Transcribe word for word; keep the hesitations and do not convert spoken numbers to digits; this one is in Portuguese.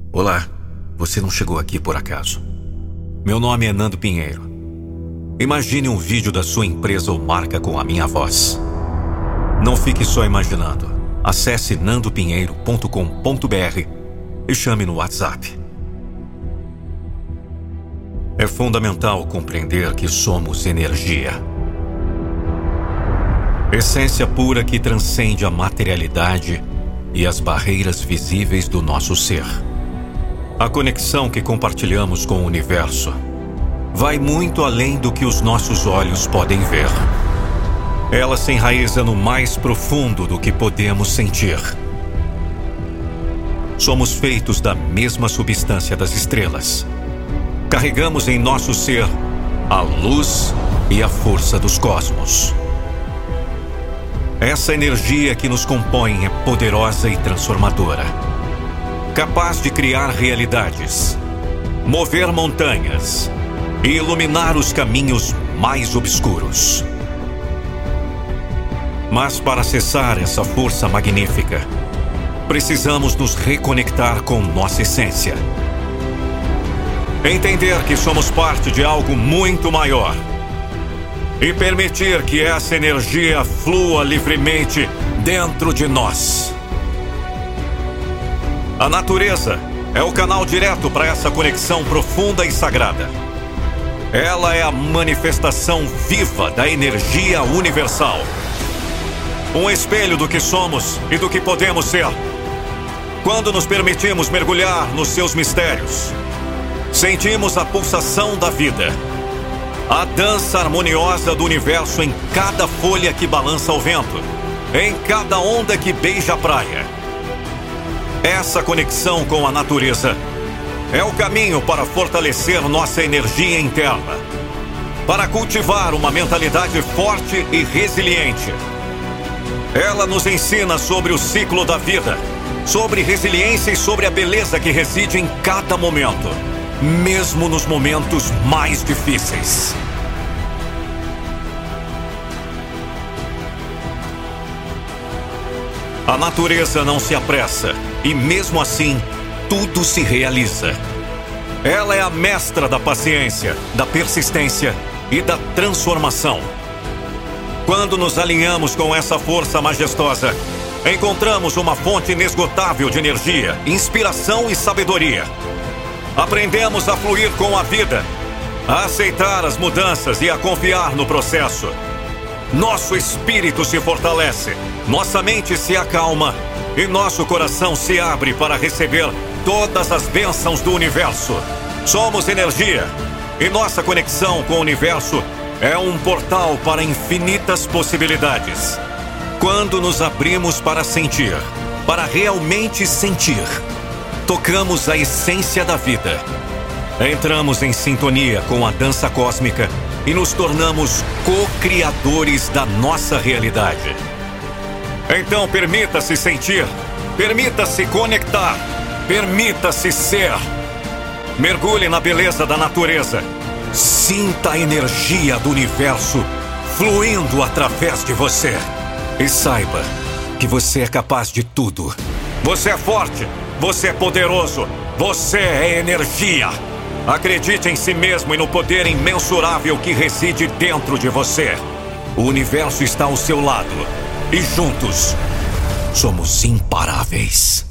Olá, você não chegou aqui por acaso. Meu nome é Nando Pinheiro. Imagine um vídeo da sua empresa ou marca com a minha voz. Não fique só imaginando. Acesse nando pinheiro ponto com ponto br e chame no WhatsApp. É fundamental compreender que somos energia. Essência pura que transcende a materialidade e as barreiras visíveis do nosso ser. A conexão que compartilhamos com o universo vai muito além do que os nossos olhos podem ver. Ela se enraiza no mais profundo do que podemos sentir. Somos feitos da mesma substância das estrelas. Carregamos em nosso ser a luz e a força dos cosmos. Essa energia que nos compõe é poderosa e transformadora, capaz de criar realidades, mover montanhas e iluminar os caminhos mais obscuros. Mas para acessar essa força magnífica, precisamos nos reconectar com nossa essência. Entender que somos parte de algo muito maior e permitir que essa energia flua livremente dentro de nós. A natureza é o canal direto para essa conexão profunda e sagrada. Ela é a manifestação viva da energia universal. Um espelho do que somos e do que podemos ser. Quando nos permitimos mergulhar nos seus mistérios, sentimos a pulsação da vida, a dança harmoniosa do universo em cada folha que balança ao vento, em cada onda que beija a praia. Essa conexão com a natureza é o caminho para fortalecer nossa energia interna, para cultivar uma mentalidade forte e resiliente. Ela nos ensina sobre o ciclo da vida, sobre resiliência e sobre a beleza que reside em cada momento, mesmo nos momentos mais difíceis. A natureza não se apressa e, mesmo assim, tudo se realiza. Ela é a mestra da paciência, da persistência e da transformação. Quando nos alinhamos com essa força majestosa, encontramos uma fonte inesgotável de energia, inspiração e sabedoria. Aprendemos a fluir com a vida, a aceitar as mudanças e a confiar no processo. Nosso espírito se fortalece, nossa mente se acalma e nosso coração se abre para receber todas as bênçãos do universo. Somos energia e nossa conexão com o universo é um portal para infinitas possibilidades. Quando nos abrimos para sentir, para realmente sentir, tocamos a essência da vida. Entramos em sintonia com a dança cósmica e nos tornamos co-criadores da nossa realidade. Então permita-se sentir, permita-se conectar, permita-se ser. Mergulhe na beleza da natureza. Sinta a energia do universo fluindo através de você. E saiba que você é capaz de tudo. Você é forte, você é poderoso, você é energia. Acredite em si mesmo e no poder imensurável que reside dentro de você. O universo está ao seu lado e juntos somos imparáveis.